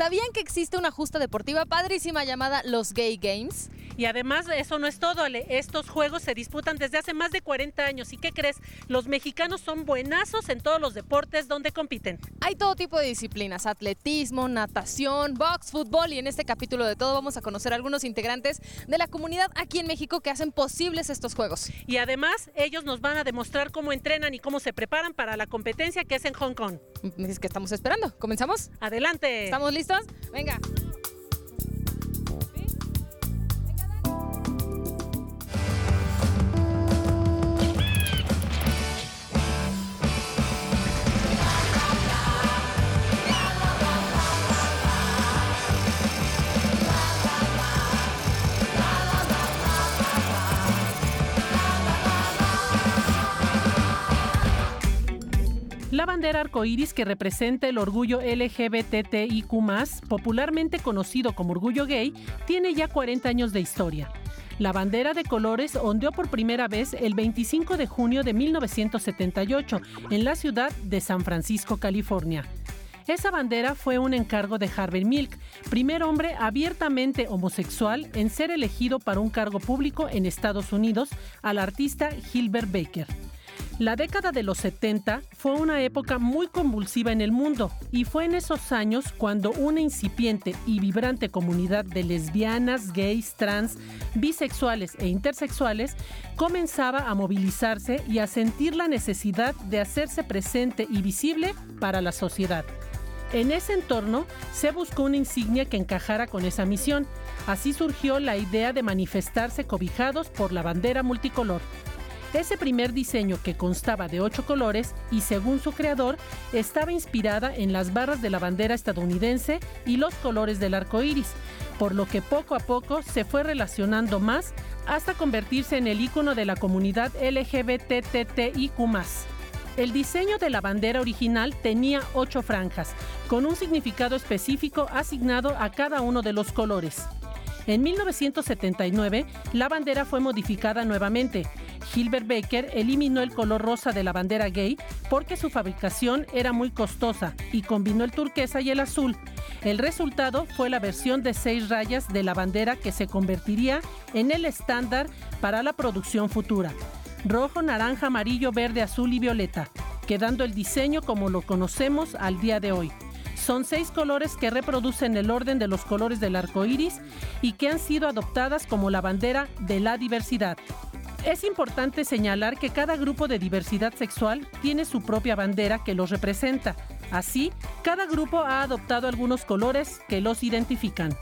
¿Sabían que existe una justa deportiva padrísima llamada los Gay Games? Y además, eso no es todo, Ale. Estos juegos se disputan desde hace más de 40 años. ¿Y qué crees? Los mexicanos son buenazos en todos los deportes donde compiten. Hay todo tipo de disciplinas: atletismo, natación, box, fútbol, y en este capítulo de todo vamos a conocer a algunos integrantes de la comunidad aquí en México que hacen posibles estos juegos. Y además, ellos nos van a demostrar cómo entrenan y cómo se preparan para la competencia que es en Hong Kong. Es que estamos esperando. ¿Comenzamos? ¡Adelante! ¿Estamos listos? Venga. La bandera arcoíris, que representa el orgullo LGBTIQ+, popularmente conocido como orgullo gay, tiene ya 40 años de historia. La bandera de colores ondeó por primera vez el 25 de junio de 1978 en la ciudad de San Francisco, California. Esa bandera fue un encargo de Harvey Milk, primer hombre abiertamente homosexual en ser elegido para un cargo público en Estados Unidos, al artista Gilbert Baker. La década de los 70 fue una época muy convulsiva en el mundo, y fue en esos años cuando una incipiente y vibrante comunidad de lesbianas, gays, trans, bisexuales e intersexuales comenzaba a movilizarse y a sentir la necesidad de hacerse presente y visible para la sociedad. En ese entorno se buscó una insignia que encajara con esa misión. Así surgió la idea de manifestarse cobijados por la bandera multicolor. Ese primer diseño, que constaba de 8 colores y, según su creador, estaba inspirada en las barras de la bandera estadounidense y los colores del arco iris, por lo que poco a poco se fue relacionando más hasta convertirse en el ícono de la comunidad LGBTTIQ+. El diseño de la bandera original tenía 8 franjas, con un significado específico asignado a cada uno de los colores. En 1979, la bandera fue modificada nuevamente. Gilbert Baker eliminó el color rosa de la bandera gay porque su fabricación era muy costosa y combinó el turquesa y el azul. El resultado fue la versión de 6 rayas de la bandera, que se convertiría en el estándar para la producción futura: rojo, naranja, amarillo, verde, azul y violeta, quedando el diseño como lo conocemos al día de hoy. Son 6 colores que reproducen el orden de los colores del arco iris y que han sido adoptadas como la bandera de la diversidad. Es importante señalar que cada grupo de diversidad sexual tiene su propia bandera que los representa. Así, cada grupo ha adoptado algunos colores que los identifican.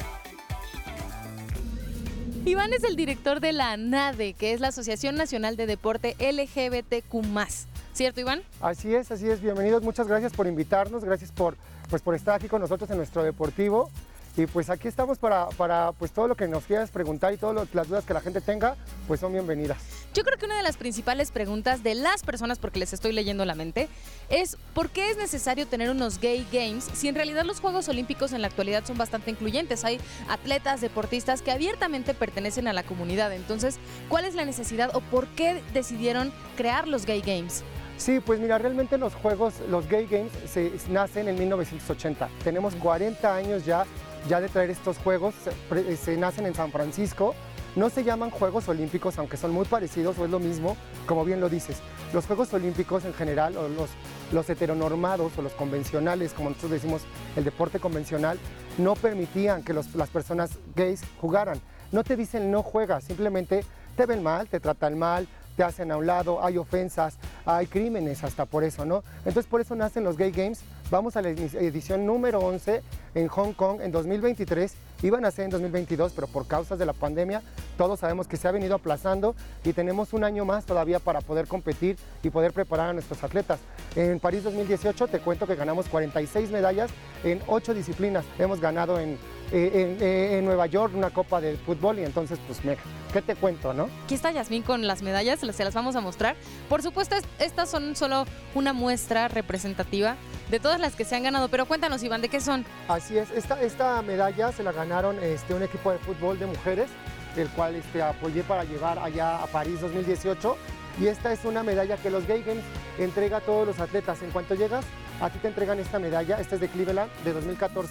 Iván es el director de la ANADE, que es la Asociación Nacional de Deporte LGBTQ+. ¿Cierto, Iván? Así es, bienvenidos, muchas gracias por invitarnos, gracias por estar aquí con nosotros en nuestro deportivo. Y pues aquí estamos para pues todo lo que nos quieras preguntar y todas las dudas que la gente tenga, pues son bienvenidas. Yo creo que una de las principales preguntas de las personas, porque les estoy leyendo la mente, es ¿por qué es necesario tener unos Gay Games si en realidad los Juegos Olímpicos en la actualidad son bastante incluyentes? Hay atletas, deportistas que abiertamente pertenecen a la comunidad. Entonces, ¿cuál es la necesidad o por qué decidieron crear los Gay Games? Sí, pues mira, realmente los Gay Games nacen en 1980. Tenemos 40 años ya de traer estos juegos, se nacen en San Francisco. No se llaman Juegos Olímpicos, aunque son muy parecidos o es lo mismo, como bien lo dices. Los Juegos Olímpicos en general, o los heteronormados o los convencionales, como nosotros decimos, el deporte convencional, no permitían que las personas gays jugaran. No te dicen no juegas, simplemente te ven mal, te tratan mal, te hacen a un lado, hay ofensas, hay crímenes hasta por eso, ¿no? Entonces por eso nacen los Gay Games. Vamos a la edición número 11 en Hong Kong en 2023. Iban a ser en 2022, pero por causas de la pandemia, todos sabemos que se ha venido aplazando y tenemos un año más todavía para poder competir y poder preparar a nuestros atletas. En París 2018 te cuento que ganamos 46 medallas en 8 disciplinas. Hemos ganado en Nueva York una copa de fútbol y entonces pues mira, ¿qué te cuento, no? Aquí está Yasmín con las medallas, se las vamos a mostrar. Por supuesto, estas son solo una muestra representativa de todas las que se han ganado, pero cuéntanos, Iván, ¿de qué son? Así es, esta medalla se la ganaron un equipo de fútbol de mujeres, el cual apoyé para llevar allá a París 2018, y esta es una medalla que los Gay Games entrega a todos los atletas. En cuanto llegas, a ti te entregan esta medalla, esta es de Cleveland, de 2014,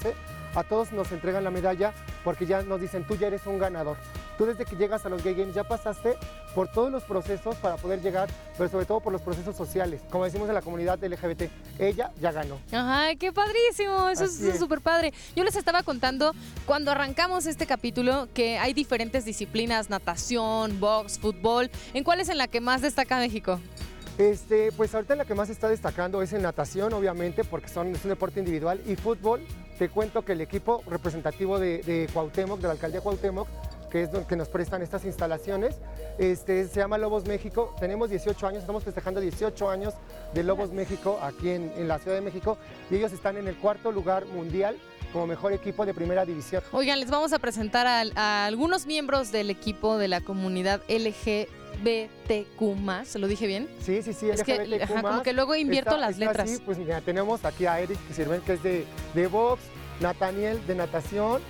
a todos nos entregan la medalla porque ya nos dicen, tú ya eres un ganador. Tú desde que llegas a los Gay Games ya pasaste por todos los procesos para poder llegar, pero sobre todo por los procesos sociales. Como decimos en la comunidad LGBT, ella ya ganó. ¡Ay, qué padrísimo! Eso es súper padre. Yo les estaba contando cuando arrancamos este capítulo que hay diferentes disciplinas, natación, box, fútbol. ¿En cuál es en la que más destaca México? Pues ahorita la que más está destacando es en natación, obviamente, porque es un deporte individual, y fútbol. Te cuento que el equipo representativo de Cuauhtémoc, de la alcaldía Cuauhtémoc, que es donde nos prestan estas instalaciones, se llama Lobos México. Tenemos 18 años, estamos festejando 18 años de Lobos México aquí en la Ciudad de México, y ellos están en el 4º lugar mundial como mejor equipo de primera división. Oigan, les vamos a presentar a algunos miembros del equipo de la comunidad LGBTQ+, ¿se lo dije bien? Sí, es que, como que luego invierto las letras. Sí, pues mira, tenemos aquí a Eric Sirven, que es de box, Nathaniel de natación,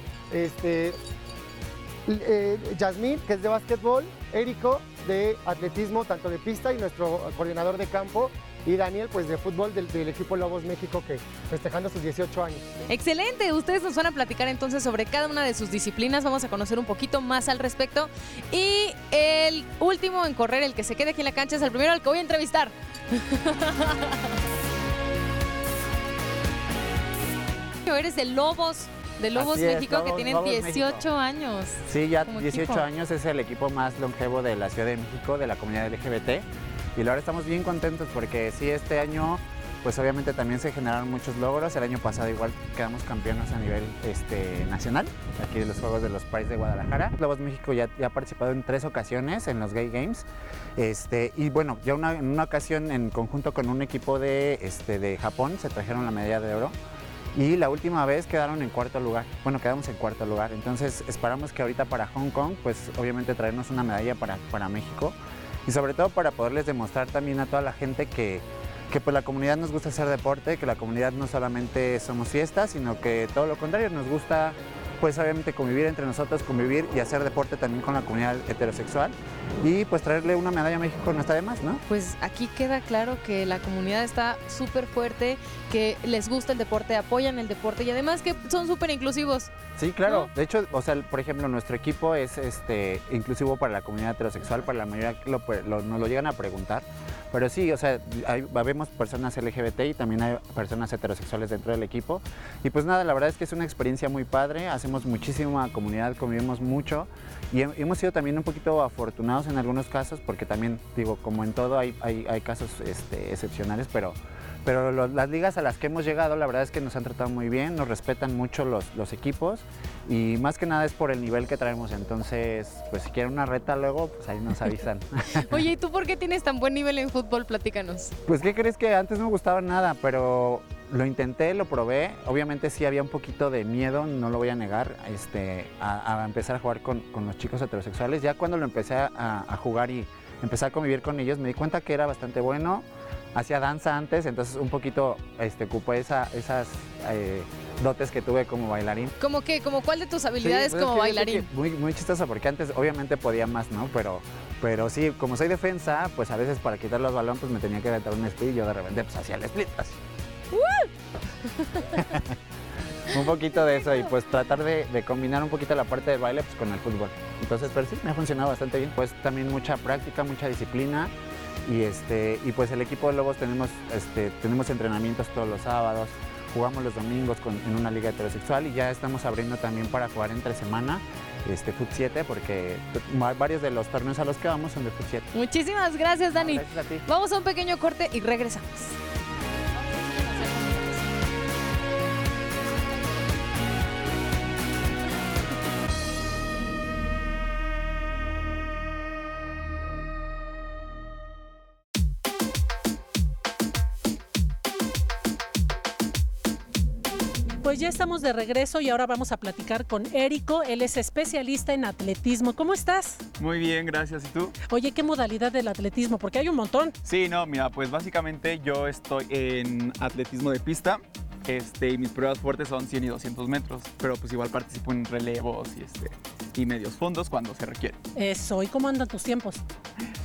Yasmín, que es de básquetbol, Érico de atletismo, tanto de pista, y nuestro coordinador de campo, y Daniel, pues de fútbol del equipo Lobos México, que festejando sus 18 años. Excelente, ustedes nos van a platicar entonces sobre cada una de sus disciplinas, vamos a conocer un poquito más al respecto, y el último en correr, el que se quede aquí en la cancha, es el primero al que voy a entrevistar. Eres de Lobos México, que tienen 18 México. Años. Sí, ya 18 equipo. Años, es el equipo más longevo de la Ciudad de México, de la comunidad LGBT. Y la verdad estamos bien contentos porque sí, este año pues obviamente también se generaron muchos logros. El año pasado igual quedamos campeones a nivel nacional, aquí de los Juegos de los Pride de Guadalajara. Lobos México ya ha participado en 3 ocasiones en los Gay Games. Y bueno, ya en una ocasión en conjunto con un equipo de Japón se trajeron la medalla de oro. Y la última vez quedaron en 4º lugar. Bueno, quedamos en 4º lugar. Entonces esperamos que ahorita para Hong Kong, pues obviamente traernos una medalla para México. Y sobre todo para poderles demostrar también a toda la gente que pues la comunidad nos gusta hacer deporte, que la comunidad no solamente somos fiestas, sino que todo lo contrario, nos gusta pues obviamente convivir entre nosotros, convivir y hacer deporte también con la comunidad heterosexual, y pues traerle una medalla a México no está de más, ¿no? Pues aquí queda claro que la comunidad está súper fuerte, que les gusta el deporte, apoyan el deporte y además que son súper inclusivos. Sí, claro. ¿No? De hecho, o sea, por ejemplo, nuestro equipo es inclusivo para la comunidad heterosexual, para la mayoría nos lo llegan a preguntar. Pero sí, o sea, vemos personas LGBT y también hay personas heterosexuales dentro del equipo. Y pues nada, la verdad es que es una experiencia muy padre, hacemos muchísima comunidad, convivimos mucho y hemos sido también un poquito afortunados en algunos casos, porque también, digo, como en todo hay casos excepcionales, pero las ligas a las que hemos llegado, la verdad es que nos han tratado muy bien, nos respetan mucho los equipos y más que nada es por el nivel que traemos. Entonces, pues si quieren una reta luego, pues ahí nos avisan. Oye, ¿y tú por qué tienes tan buen nivel en fútbol? Platícanos. Pues, ¿qué crees? Que antes no me gustaba nada, pero lo intenté, lo probé. Obviamente sí había un poquito de miedo, no lo voy a negar, a empezar a jugar con los chicos heterosexuales. Ya cuando lo empecé a jugar y empecé a convivir con ellos, me di cuenta que era bastante bueno. Hacía danza antes, entonces un poquito ocupé esas dotes que tuve como bailarín. ¿Cómo qué? ¿Cómo cuál de tus habilidades como bailarín? Muy, muy chistoso, porque antes obviamente podía más, ¿no? Pero sí, como soy defensa, pues a veces para quitar los balones pues me tenía que aventar un split y yo de repente pues hacía el split así. Un poquito de eso y pues tratar de combinar un poquito la parte del baile pues con el fútbol. Entonces, pero sí, me ha funcionado bastante bien. Pues también mucha práctica, mucha disciplina. Y pues el equipo de Lobos tenemos entrenamientos todos los sábados, jugamos los domingos en una liga heterosexual y ya estamos abriendo también para jugar entre semana Foot 7, porque varios de los torneos a los que vamos son de Foot 7. Muchísimas gracias, Dani. Gracias a ti. Vamos a un pequeño corte y regresamos. Pues ya estamos de regreso y ahora vamos a platicar con Érico. Él es especialista en atletismo. ¿Cómo estás? Muy bien, gracias. ¿Y tú? Oye, ¿qué modalidad del atletismo? Porque hay un montón. Sí, no, mira, pues básicamente yo estoy en atletismo de pista. Y mis pruebas fuertes son 100 y 200 metros, pero pues igual participo en relevos y medios fondos cuando se requiere. Eso, ¿y cómo andan tus tiempos?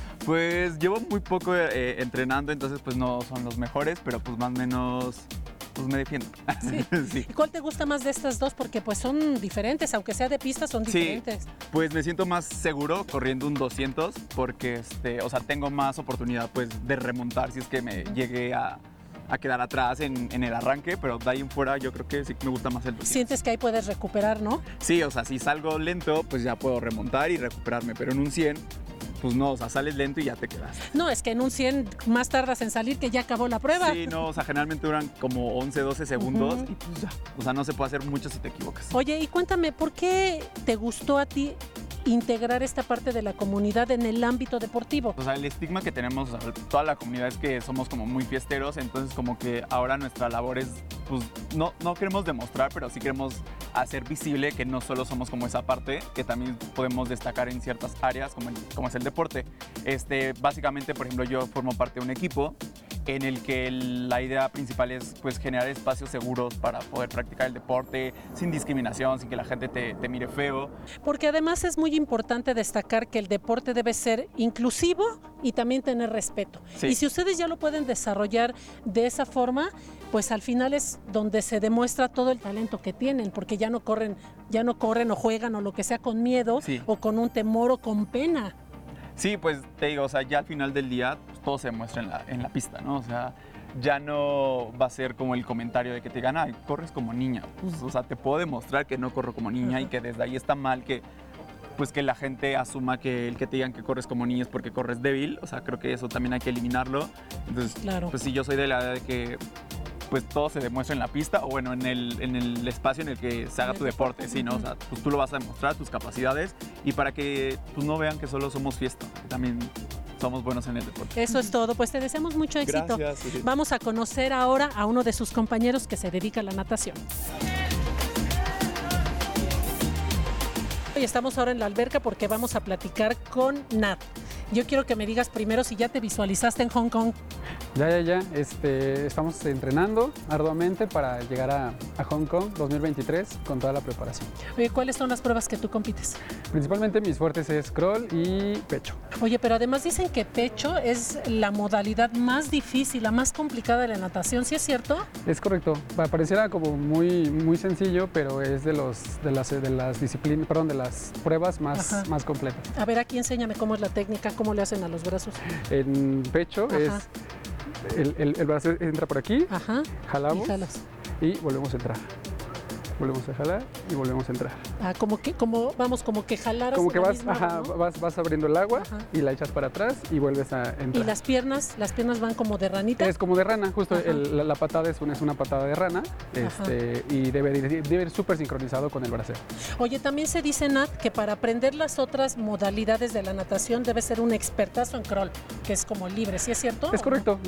Pues llevo muy poco entrenando, entonces pues no son los mejores, pero pues más o menos pues me defiendo. Sí. Sí. ¿Y cuál te gusta más de estas dos? Porque pues son diferentes, aunque sea de pista, son diferentes. Sí, pues me siento más seguro corriendo un 200 porque, o sea, tengo más oportunidad pues de remontar si es que me llegue a quedar atrás en el arranque, pero de ahí en fuera yo creo que sí me gusta más el 200. Sientes que ahí puedes recuperar, ¿no? Sí, o sea, si salgo lento, pues ya puedo remontar y recuperarme, pero en un 100, pues no, o sea, sales lento y ya te quedas. No, es que en un 100 más tardas en salir que ya acabó la prueba. Sí, no, o sea, generalmente duran como 11, 12 segundos y pues ya, o sea, no se puede hacer mucho si te equivocas. Oye, y cuéntame, ¿por qué te gustó a ti integrar esta parte de la comunidad en el ámbito deportivo? O sea, el estigma que tenemos, o sea, toda la comunidad es que somos como muy fiesteros, entonces como que ahora nuestra labor es, pues, no queremos demostrar, pero sí queremos hacer visible que no solo somos como esa parte, que también podemos destacar en ciertas áreas, como es el deporte. Básicamente, por ejemplo, yo formo parte de un equipo en el que la idea principal es pues generar espacios seguros para poder practicar el deporte sin discriminación, sin que la gente te mire feo. Porque además es muy importante destacar que el deporte debe ser inclusivo y también tener respeto. Sí. Y si ustedes ya lo pueden desarrollar de esa forma, pues al final es donde se demuestra todo el talento que tienen, porque ya no corren o juegan o lo que sea con miedo, Sí. o con un temor o con pena. Sí, pues te digo, o sea, ya al final del día pues, todo se demuestra en la pista, ¿no? O sea, ya no va a ser como el comentario de que te digan, ay, corres como niña. Pues, o sea, te puedo demostrar que no corro como niña y que desde ahí está mal que la gente asuma que el que te digan que corres como niña es porque corres débil. O sea, creo que eso también hay que eliminarlo. Entonces, Claro. pues sí, yo soy de la idea de que pues todo se demuestra en la pista o bueno, en el espacio en el que se haga tu deporte, ¿sí, no? O sea, pues tú lo vas a demostrar, tus capacidades, y para que pues no vean que solo somos fiesta, que también somos buenos en el deporte. Eso es todo, pues te deseamos mucho éxito. Gracias. Sí. Vamos a conocer ahora a uno de sus compañeros que se dedica a la natación. Y estamos ahora en la alberca porque vamos a platicar con Nat. Yo quiero que me digas primero si ya te visualizaste en Hong Kong. Ya. Estamos entrenando arduamente para llegar a Hong Kong 2023 con toda la preparación. Oye, ¿cuáles son las pruebas que tú compites? Principalmente mis fuertes es crawl y pecho. Oye, pero además dicen que pecho es la modalidad más difícil, la más complicada de la natación, ¿sí es cierto? Es correcto. Pareciera como muy sencillo, pero es de las disciplinas, perdón, de las pruebas más completas. A ver, aquí enséñame cómo es la técnica, cómo le hacen a los brazos. En pecho es el brazo entra por aquí, jalamos Y jalas. y volvemos a entrar. Volvemos a jalar y volvemos a entrar. Ah, como que jalar. Como que la vas, misma, ¿no? vas abriendo el agua Ajá. y la echas para atrás y vuelves a entrar. Y las piernas van como de ranita. Es como de rana, justo Ajá. la patada es una patada de rana y debe ir súper sincronizado con el braceo. Oye, también se dice, Nat, que para aprender las otras modalidades de la natación debe ser un expertazo en crawl, que es como libre, ¿sí es cierto? Es correcto,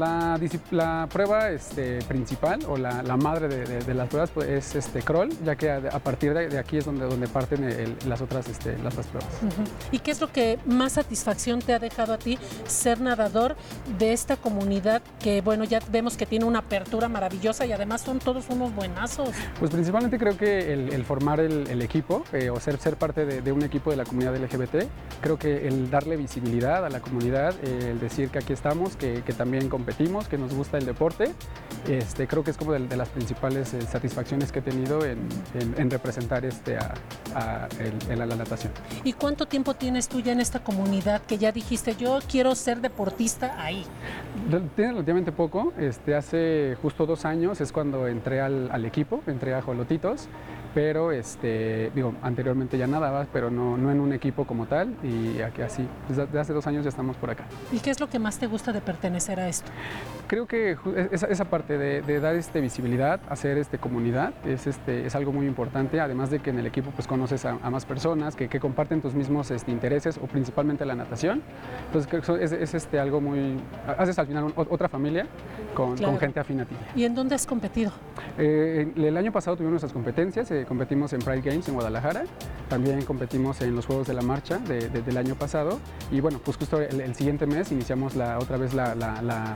la prueba principal o la madre de las pruebas pues, es crawl, ya que a partir de aquí es donde parten las otras pruebas. Uh-huh. ¿Y qué es lo que más satisfacción te ha dejado a ti ser nadador de esta comunidad que, bueno, ya vemos que tiene una apertura maravillosa y además son todos unos buenazos? Pues principalmente creo que el formar el equipo o ser parte de un equipo de la comunidad LGBT, creo que el darle visibilidad a la comunidad, el decir que aquí estamos, que también competimos, que nos gusta el deporte, creo que es como de las principales satisfacciones que he tenido en representar a la natación. ¿Y cuánto tiempo tienes tú ya en esta comunidad que ya dijiste, yo quiero ser deportista ahí? Tiene relativamente poco, hace justo 2 años es cuando entré al equipo, entré a Jolotitos, pero anteriormente ya nadaba, pero no en un equipo como tal, y aquí así, desde hace 2 años ya estamos por acá. ¿Y qué es lo que más te gusta de pertenecer a esto? Creo que esa parte de dar visibilidad, hacer comunidad, es algo muy importante, además de que en el equipo pues conoces a más personas que comparten tus mismos intereses o principalmente la natación. Entonces creo que es algo muy... Haces al final otra familia con gente afín a ti. ¿Y en dónde has competido? El año pasado tuvimos nuestras competencias, competimos en Pride Games en Guadalajara, también competimos en los Juegos de la Marcha del año pasado y bueno, pues justo el siguiente mes iniciamos otra vez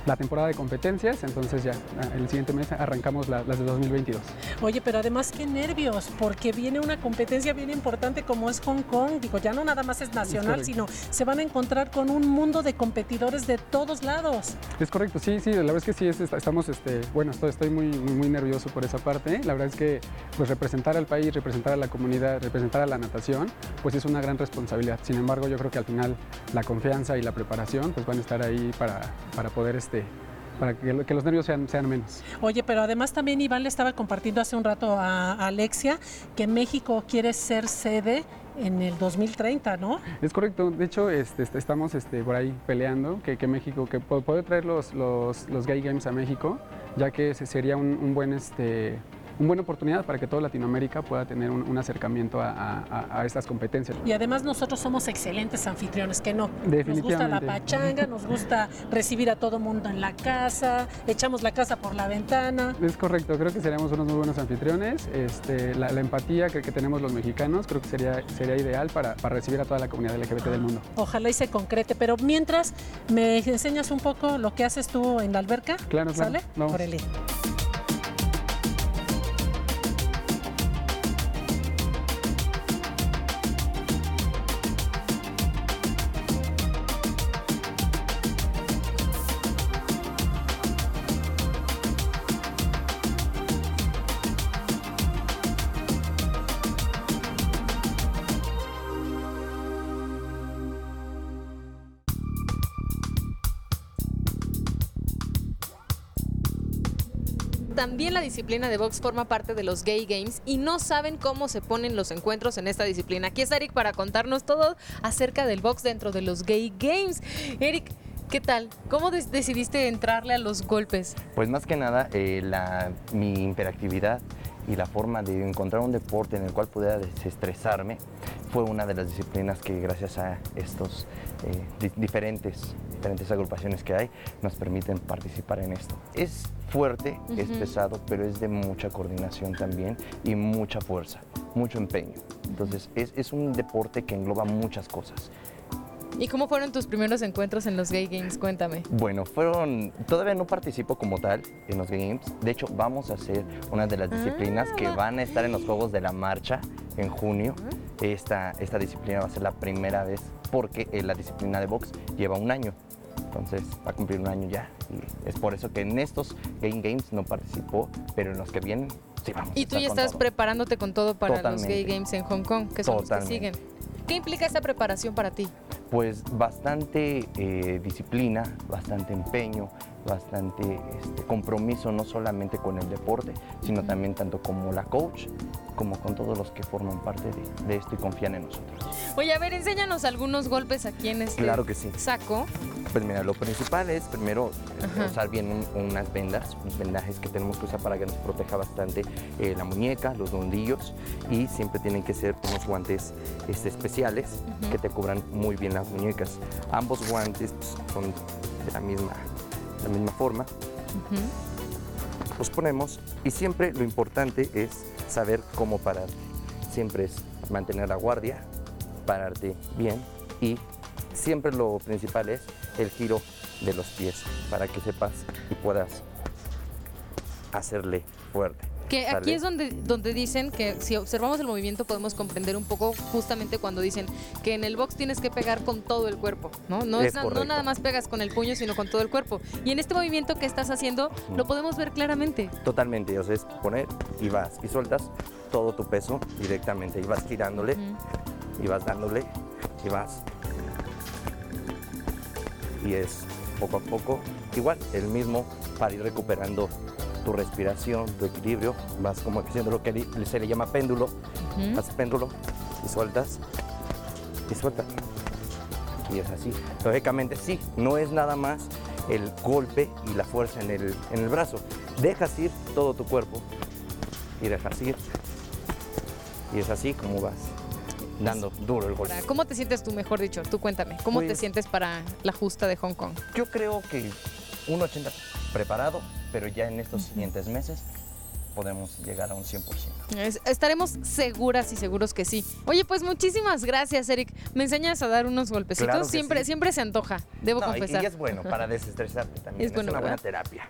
la temporada de competencias, entonces ya el siguiente mes arrancamos las de 2022. Oye, pero además qué nervios, porque viene una competencia bien importante como es Hong Kong. Digo, ya no nada más es nacional, sino se van a encontrar con un mundo de competidores de todos lados. Es correcto, sí, la verdad es que sí, estamos, bueno, estoy muy nervioso por esa parte. La verdad es que pues representar al país, representar a la comunidad, representar a la natación, pues es una gran responsabilidad. Sin embargo, yo creo que al final la confianza y la preparación pues van a estar ahí para poder para que los nervios sean menos. Oye, pero además también Iván le estaba compartiendo hace un rato a Alexia que México quiere ser sede en el 2030, ¿no? Es correcto. De hecho, estamos por ahí peleando que México, que poder traer los Gay Games a México, ya que ese sería una buena oportunidad para que toda Latinoamérica pueda tener un acercamiento a estas competencias. Y además nosotros somos excelentes anfitriones, que no. Definitivamente. Nos gusta la pachanga, nos gusta recibir a todo mundo en la casa, echamos la casa por la ventana. Es correcto, creo que seríamos unos muy buenos anfitriones. La empatía que tenemos los mexicanos creo que sería ideal para recibir a toda la comunidad LGBT del mundo. Ojalá y se concrete, pero mientras, ¿me enseñas un poco lo que haces tú en la alberca? Claro. ¿Sale? Vamos. Órale. También la disciplina de box forma parte de los Gay Games y no saben cómo se ponen los encuentros en esta disciplina. Aquí está Eric para contarnos todo acerca del box dentro de los Gay Games. Eric, ¿qué tal? ¿Cómo decidiste entrarle a los golpes? Pues más que nada, mi hiperactividad y la forma de encontrar un deporte en el cual pudiera desestresarme fue una de las disciplinas que gracias a estos diferentes agrupaciones que hay nos permiten participar en esto. Es fuerte, es pesado, pero es de mucha coordinación también y mucha fuerza, mucho empeño. Entonces es un deporte que engloba muchas cosas. ¿Y cómo fueron tus primeros encuentros en los Gay Games? Cuéntame. Bueno, todavía no participo como tal en los Gay Games. De hecho, vamos a hacer una de las disciplinas que van a estar en los Juegos de la Marcha en junio. Esta disciplina va a ser la primera vez porque la disciplina de box lleva un año. Entonces va a cumplir un año ya. Y es por eso que en estos Gay Games no participó, pero en los que vienen sí vamos. Y tú ya estás preparándote con todo para los Gay Games en Hong Kong, que son los que siguen. ¿Qué implica esa preparación para ti? Pues bastante disciplina, bastante empeño, bastante compromiso, no solamente con el deporte, sino también tanto como la coach, como con todos los que forman parte de esto y confían en nosotros. Oye, a ver, enséñanos algunos golpes aquí en este claro que sí. saco. Pues mira, lo principal es primero usar bien unas vendas, unos vendajes que tenemos que usar para que nos proteja bastante la muñeca, los nudillos, y siempre tienen que ser unos guantes especiales que te cubran muy bien las muñecas. Ambos guantes son de la misma forma. Los ponemos y siempre lo importante es saber cómo parar. Siempre es mantener la guardia, pararte bien y siempre lo principal es el giro de los pies para que sepas y puedas hacerle fuerte. Que aquí es donde dicen que si observamos el movimiento podemos comprender un poco justamente cuando dicen que en el box tienes que pegar con todo el cuerpo, ¿no? No nada más pegas con el puño, sino con todo el cuerpo. Y en este movimiento que estás haciendo lo podemos ver claramente. Totalmente, o sea, es poner y vas y sueltas todo tu peso directamente y vas girándole y vas dándole y vas. Y es poco a poco igual, el mismo para ir recuperando tu respiración, tu equilibrio, vas como haciendo lo que se le llama péndulo, haces péndulo y sueltas y sueltas. Y es así. Lógicamente sí, no es nada más el golpe y la fuerza en el brazo. Dejas ir todo tu cuerpo y dejas ir. Y es así como vas dando duro el golpe. ¿Cómo te sientes tú, mejor dicho? Tú cuéntame, ¿cómo te sientes para la justa de Hong Kong? Yo creo que un 80 preparado, pero ya en estos siguientes meses podemos llegar a un 100%. Estaremos seguras y seguros que sí. Oye, pues muchísimas gracias, Eric. ¿Me enseñas a dar unos golpecitos? Claro que siempre, sí. siempre se antoja, debo confesar. Y es bueno para desestresarte también. Es bueno, una buena ¿verdad? terapia.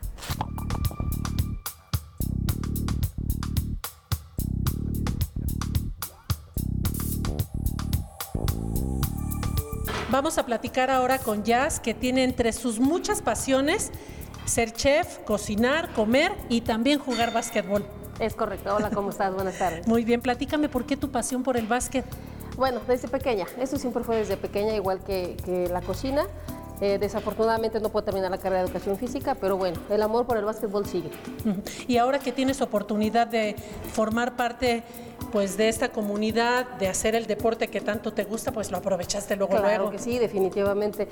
Vamos a platicar ahora con Jazz, que tiene entre sus muchas pasiones ser chef, cocinar, comer y también jugar básquetbol. Es correcto. Hola, ¿cómo estás? Buenas tardes. Muy bien, platícame por qué tu pasión por el básquet. Bueno, desde pequeña. Eso siempre fue desde pequeña, igual que la cocina. Desafortunadamente no puedo terminar la carrera de educación física, pero bueno, el amor por el básquetbol sigue. Y ahora que tienes oportunidad de formar parte pues de esta comunidad, de hacer el deporte que tanto te gusta, pues lo aprovechaste luego. Claro que sí, definitivamente.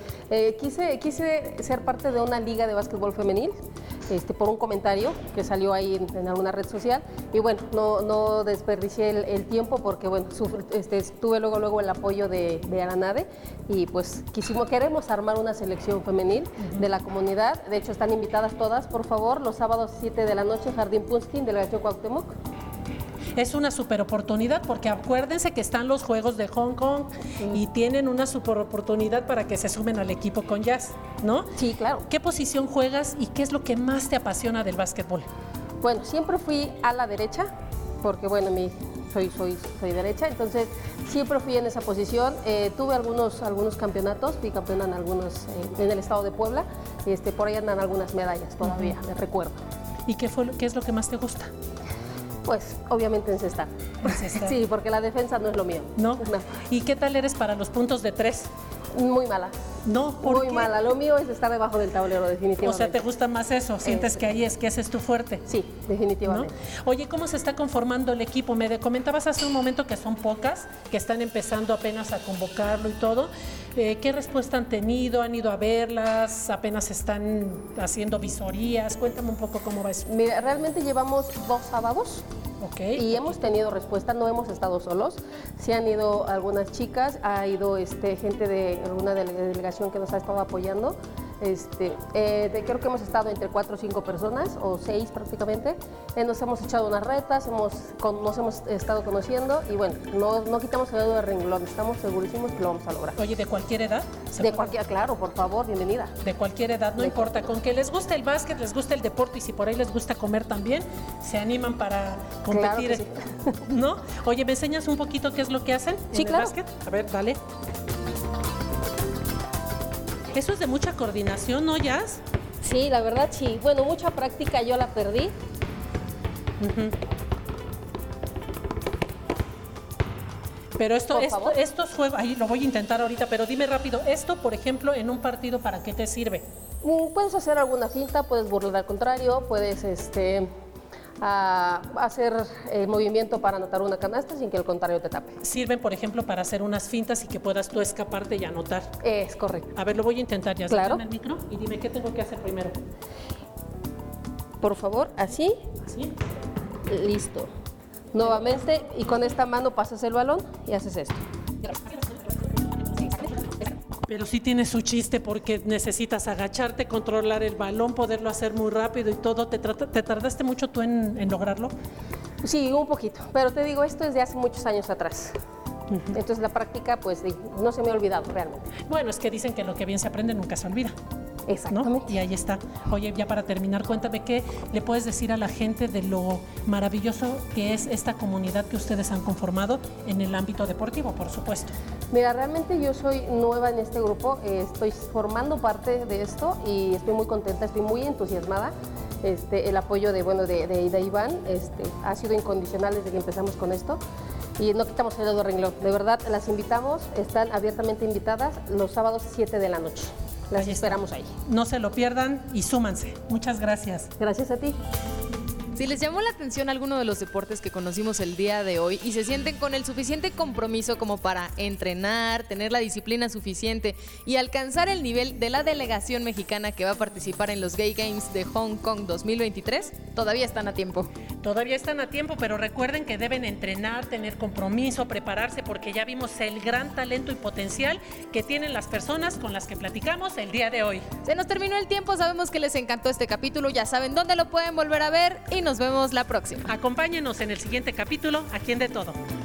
Quise ser parte de una liga de básquetbol femenil por un comentario que salió ahí en alguna red social y bueno, no desperdicié el tiempo porque bueno, tuve luego el apoyo de Aranade y pues queremos armar una selección femenil de la comunidad. De hecho, están invitadas todas, por favor, los sábados 7 de la noche, Jardín Punskin, Delegación Cuauhtémoc. Es una super oportunidad porque acuérdense que están los Juegos de Hong Kong y tienen una super oportunidad para que se sumen al equipo con Jazz, ¿no? Sí, claro. ¿Qué posición juegas y qué es lo que más te apasiona del básquetbol? Bueno, siempre fui a la derecha porque bueno, soy derecha, entonces siempre fui en esa posición. Tuve algunos campeonatos, fui campeona en algunos en el estado de Puebla. Por ahí andan algunas medallas todavía, me recuerdo. ¿Y qué es lo que más te gusta? Pues obviamente encestar. Sí, porque la defensa no es lo mío. ¿No? ¿Y qué tal eres para los puntos de 3? Muy mala. No, ¿por Muy qué? mala. Lo mío es estar debajo del tablero, definitivamente. O sea, ¿te gusta más eso? ¿Sientes que ahí es que ese es tu fuerte? Sí, definitivamente. ¿No? Oye, ¿cómo se está conformando el equipo? Me comentabas hace un momento que son pocas, que están empezando apenas a convocarlo y todo. ¿Qué respuesta han tenido? ¿Han ido a verlas? ¿Apenas están haciendo visorías? Cuéntame un poco cómo va eso. Mira, realmente llevamos 2 sábados. Okay. Y hemos tenido respuesta, no hemos estado solos. Sí han ido algunas chicas, ha ido gente de alguna delegación que nos ha estado apoyando. Creo que hemos estado entre 4 o 5 personas, o 6 prácticamente. Nos hemos echado unas retas, nos hemos estado conociendo y bueno, no quitamos el dedo de renglón, estamos segurísimos que lo vamos a lograr. Oye, ¿de cualquier edad? De cualquier, claro, por favor, bienvenida. De cualquier edad, no importa, con que les guste el básquet, les guste el deporte y si por ahí les gusta comer también, se animan para competir, claro que sí. ¿No? Oye, ¿me enseñas un poquito qué es lo que hacen Sí, en claro. el básquet? A ver, dale. Eso es de mucha coordinación, ¿no, Jazz? Sí, la verdad sí. Bueno, mucha práctica yo la perdí. Pero Por favor. estos juegos, ahí lo voy a intentar ahorita, pero dime rápido, esto, por ejemplo, en un partido, ¿para qué te sirve? Puedes hacer alguna finta, puedes burlar al contrario, puedes hacer el movimiento para anotar una canasta sin que el contrario te tape. Sirven, por ejemplo, para hacer unas fintas y que puedas tú escaparte y anotar. Es correcto. A ver, lo voy a intentar, ya. Claro. Dame el micro y dime qué tengo que hacer primero. Por favor, así, ¿Así? listo. Nuevamente, y con esta mano pasas el balón y haces esto. Pero sí tiene su chiste porque necesitas agacharte, controlar el balón, poderlo hacer muy rápido y todo. ¿Te tardaste mucho tú en lograrlo? Sí, un poquito, pero te digo, esto es de hace muchos años atrás. Entonces la práctica, pues no se me ha olvidado realmente. Bueno, es que dicen que lo que bien se aprende nunca se olvida, ¿no? Exactamente. Y ahí está. Oye, ya para terminar, cuéntame qué le puedes decir a la gente de lo maravilloso que es esta comunidad que ustedes han conformado en el ámbito deportivo, por supuesto. Mira, realmente yo soy nueva en este grupo, estoy formando parte de esto y estoy muy contenta, estoy muy entusiasmada. El apoyo de Iván ha sido incondicional desde que empezamos con esto y no quitamos el dedo de renglón. De verdad, las invitamos, están abiertamente invitadas los sábados 7 de la noche. Las esperamos ahí. No se lo pierdan y súmanse. Muchas gracias. Gracias a ti. Si les llamó la atención alguno de los deportes que conocimos el día de hoy y se sienten con el suficiente compromiso como para entrenar, tener la disciplina suficiente y alcanzar el nivel de la delegación mexicana que va a participar en los Gay Games de Hong Kong 2023, todavía están a tiempo. Todavía están a tiempo, pero recuerden que deben entrenar, tener compromiso, prepararse, porque ya vimos el gran talento y potencial que tienen las personas con las que platicamos el día de hoy. Se nos terminó el tiempo, sabemos que les encantó este capítulo, ya saben dónde lo pueden volver a ver y nos vemos la próxima. Acompáñenos en el siguiente capítulo aquí en De Todo.